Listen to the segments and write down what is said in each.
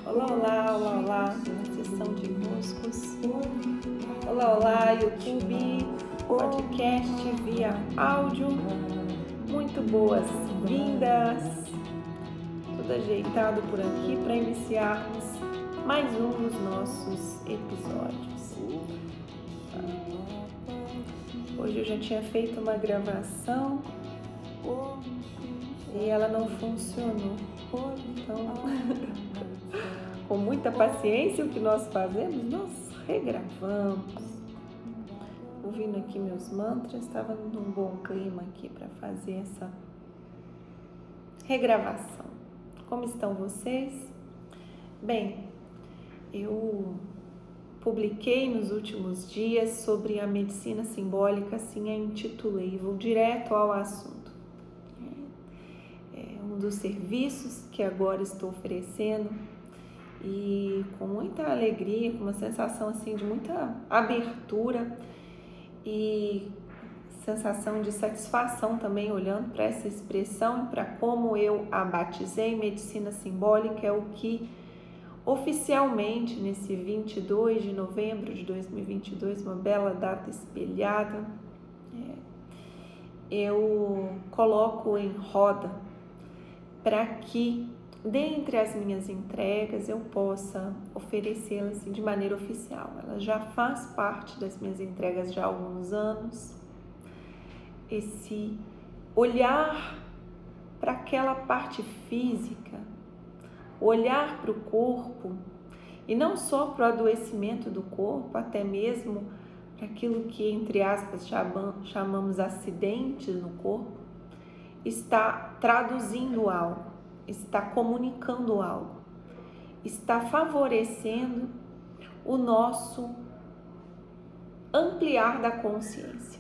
Olá, olá, olá, olá, na sessão de músicos. Olá, olá, YouTube, podcast via áudio. Muito boas-vindas. Tudo ajeitado por aqui para iniciarmos mais um dos nossos episódios. Hoje eu já tinha feito uma gravação e ela não funcionou. Então, com muita paciência, o que nós fazemos? Nós regravamos. Ouvindo aqui meus mantras, estava num bom clima aqui para fazer essa regravação. Como estão vocês? Bem, eu publiquei nos últimos dias sobre a medicina simbólica, assim a intitulei, vou direto ao assunto. É um dos serviços que agora estou oferecendo e com muita alegria, com uma sensação assim de muita abertura e sensação de satisfação também olhando para essa expressão e para como eu a batizei. Medicina simbólica é o que oficialmente nesse 22 de novembro de 2022, uma bela data espelhada, eu coloco em roda para que dentre as minhas entregas eu possa oferecê-la assim, de maneira oficial. Ela já faz parte das minhas entregas já há alguns anos. Esse olhar para aquela parte física, olhar para o corpo, e não só para o adoecimento do corpo, até mesmo para aquilo que, entre aspas, chamamos acidentes no corpo, está traduzindo algo, está comunicando algo, está favorecendo o nosso ampliar da consciência.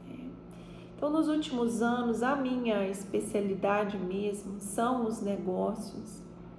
Então, nos últimos anos, a minha especialidade mesmo são os negócios.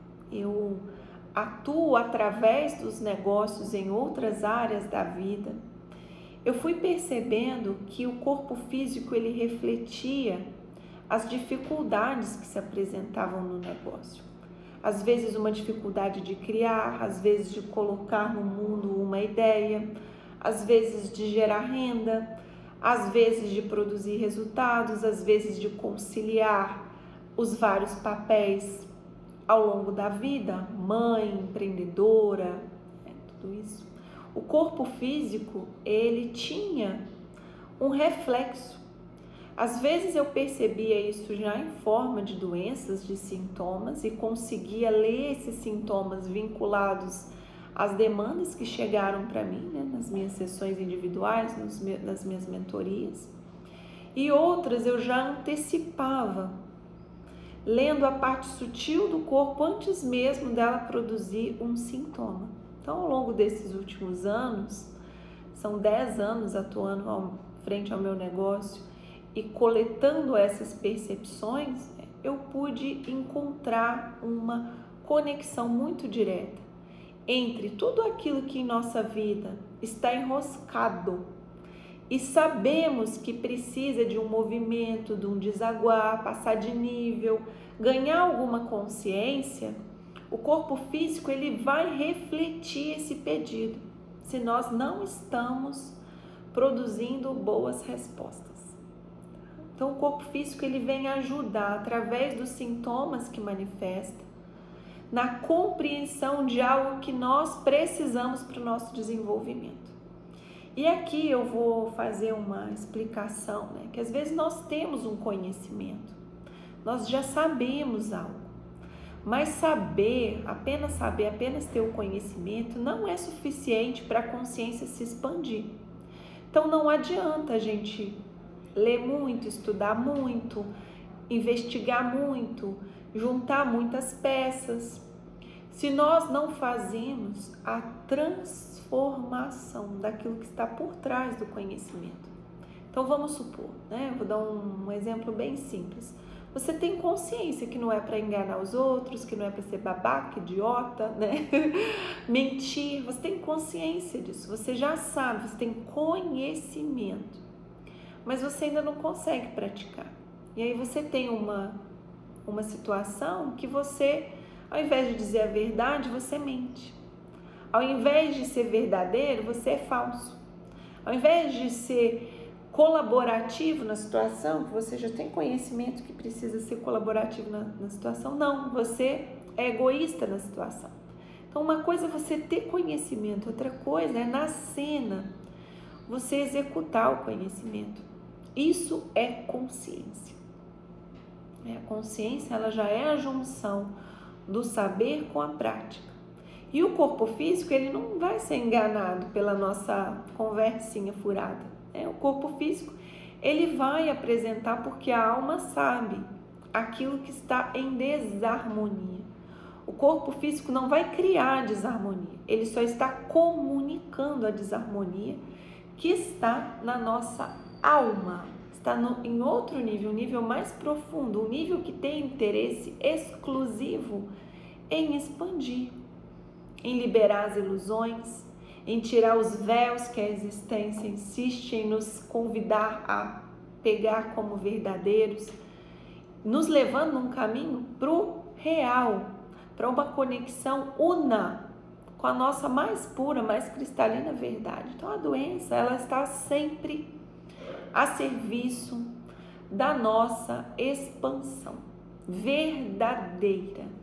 Eu atuo através dos negócios em outras áreas da vida. Eu fui percebendo que o corpo físico ele refletia as dificuldades que se apresentavam no negócio. Às vezes uma dificuldade de criar, às vezes de colocar no mundo uma ideia, às vezes de gerar renda, às vezes de produzir resultados, às vezes de conciliar os vários papéis ao longo da vida, mãe, empreendedora, tudo isso. O corpo físico, ele tinha um reflexo. Às vezes eu percebia isso já em forma de doenças, de sintomas, e conseguia ler esses sintomas vinculados às demandas que chegaram para mim, nas minhas sessões individuais, nas minhas mentorias. E outras eu já antecipava, lendo a parte sutil do corpo antes mesmo dela produzir um sintoma. Então, ao longo desses últimos anos, são 10 anos atuando frente ao meu negócio e coletando essas percepções, eu pude encontrar uma conexão muito direta entre tudo aquilo que em nossa vida está enroscado e sabemos que precisa de um movimento, de um desaguar, passar de nível, ganhar alguma consciência. O corpo físico ele vai refletir esse pedido se nós não estamos produzindo boas respostas. Então o corpo físico ele vem ajudar através dos sintomas que manifesta na compreensão de algo que nós precisamos para o nosso desenvolvimento. E aqui eu vou fazer uma explicação, que às vezes nós temos um conhecimento, nós já sabemos algo, mas apenas ter o conhecimento não é suficiente para a consciência se expandir. Então não adianta a gente ler muito, estudar muito, investigar muito, juntar muitas peças, se nós não fazemos a transformação daquilo que está por trás do conhecimento. Então vamos supor, vou dar um exemplo bem simples. Você tem consciência que não é para enganar os outros, que não é para ser babaca, idiota, mentir. Você tem consciência disso, você já sabe, você tem conhecimento, mas você ainda não consegue praticar. E aí você tem uma situação que você Ao invés de dizer a verdade, você mente. Ao invés de ser verdadeiro, você é falso. Ao invés de ser colaborativo na situação, que você já tem conhecimento que precisa ser colaborativo na situação, não, você é egoísta na situação. Então, uma coisa é você ter conhecimento, outra coisa é na cena você executar o conhecimento. Isso é consciência. A consciência, ela já é a junção do saber com a prática. E o corpo físico, ele não vai ser enganado pela nossa conversinha furada. O corpo físico, ele vai apresentar porque a alma sabe aquilo que está em desarmonia. O corpo físico não vai criar desarmonia, ele só está comunicando a desarmonia que está na nossa alma. Está em outro nível, um nível mais profundo, um nível que tem interesse exclusivo em expandir, em liberar as ilusões, em tirar os véus que a existência insiste em nos convidar a pegar como verdadeiros, nos levando num caminho para o real, para uma conexão una com a nossa mais pura, mais cristalina verdade. Então a doença, ela está sempre a serviço da nossa expansão verdadeira.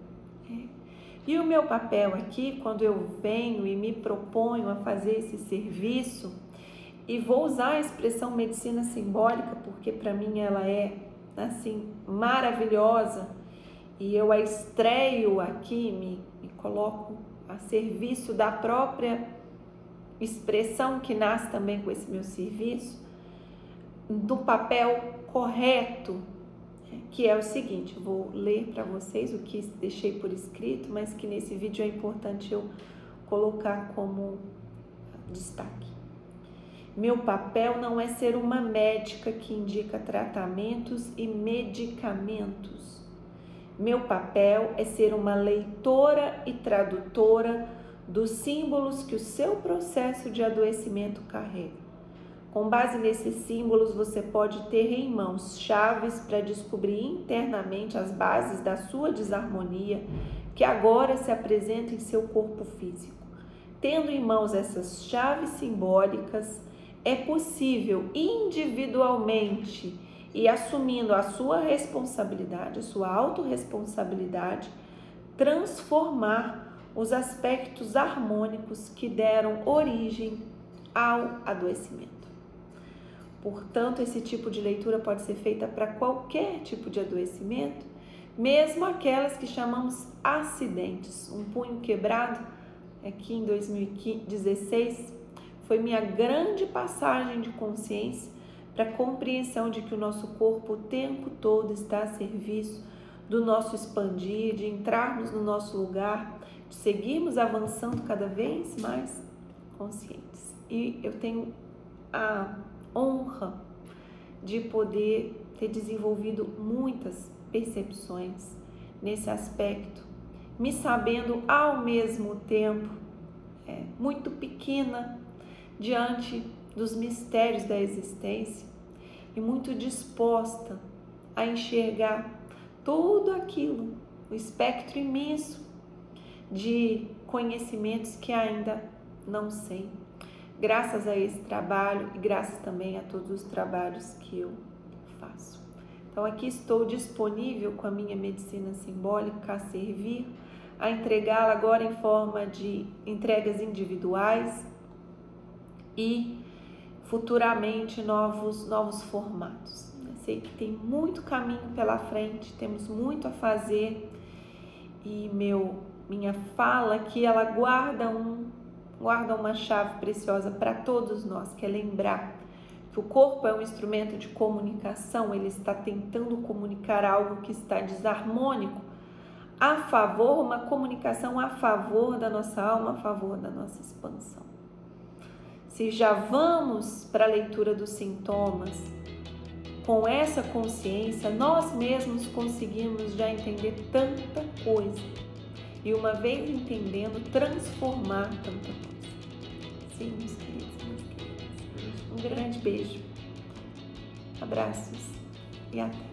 E o meu papel aqui, quando eu venho e me proponho a fazer esse serviço, e vou usar a expressão medicina simbólica, porque para mim ela é assim maravilhosa, e eu a estreio aqui, me coloco a serviço da própria expressão que nasce também com esse meu serviço, do papel correto, que é o seguinte, eu vou ler para vocês o que deixei por escrito, mas que nesse vídeo é importante eu colocar como destaque. Meu papel não é ser uma médica que indica tratamentos e medicamentos. Meu papel é ser uma leitora e tradutora dos símbolos que o seu processo de adoecimento carrega. Com base nesses símbolos, você pode ter em mãos chaves para descobrir internamente as bases da sua desarmonia que agora se apresenta em seu corpo físico. Tendo em mãos essas chaves simbólicas, é possível individualmente e assumindo a sua responsabilidade, a sua autorresponsabilidade, transformar os aspectos harmônicos que deram origem ao adoecimento. Portanto, esse tipo de leitura pode ser feita para qualquer tipo de adoecimento, mesmo aquelas que chamamos acidentes. Um punho quebrado, aqui em 2016, foi minha grande passagem de consciência para a compreensão de que o nosso corpo o tempo todo está a serviço do nosso expandir, de entrarmos no nosso lugar, de seguirmos avançando cada vez mais conscientes. E eu tenho a honra de poder ter desenvolvido muitas percepções nesse aspecto, me sabendo ao mesmo tempo muito pequena diante dos mistérios da existência e muito disposta a enxergar tudo aquilo, o espectro imenso de conhecimentos que ainda não sei. Graças a esse trabalho e graças também a todos os trabalhos que eu faço. Então aqui estou disponível com a minha medicina simbólica a servir, a entregá-la agora em forma de entregas individuais e futuramente novos formatos. Eu sei que tem muito caminho pela frente, temos muito a fazer e minha fala aqui, ela guarda uma chave preciosa para todos nós, que é lembrar que o corpo é um instrumento de comunicação, ele está tentando comunicar algo que está desarmônico, a favor, uma comunicação a favor da nossa alma, a favor da nossa expansão. Se já vamos para a leitura dos sintomas, com essa consciência, nós mesmos conseguimos já entender tanta coisa. E uma vez entendendo, transformar tanta coisa. Sim, meus queridos, minhas queridas. Um grande beijo. Abraços e até.